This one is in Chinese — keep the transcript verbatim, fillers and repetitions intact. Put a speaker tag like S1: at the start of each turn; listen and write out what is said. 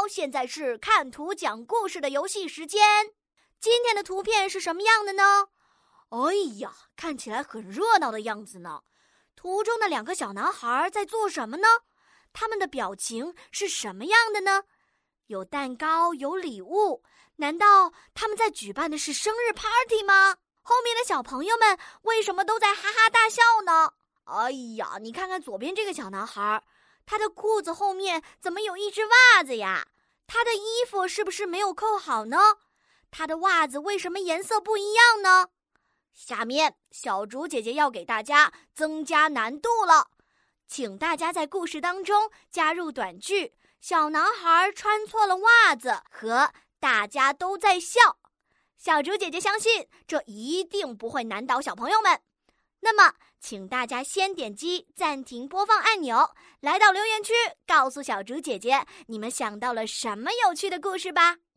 S1: 现在是看图讲故事的游戏时间。今天的图片是什么样的呢？哎呀，看起来很热闹的样子呢。图中的两个小男孩在做什么呢？他们的表情是什么样的呢？有蛋糕，有礼物，难道他们在举办的是生日 party 吗？后面的小朋友们为什么都在哈哈大笑呢？哎呀，你看看左边这个小男孩，他的裤子后面怎么有一只袜子呀？他的衣服是不是没有扣好呢？他的袜子为什么颜色不一样呢？下面小竹姐姐要给大家增加难度了，请大家在故事当中加入短句小男孩穿错了袜子和大家都在笑。小竹姐姐相信这一定不会难倒小朋友们。那么请大家先点击暂停播放按钮，来到留言区告诉小竹姐姐你们想到了什么有趣的故事吧。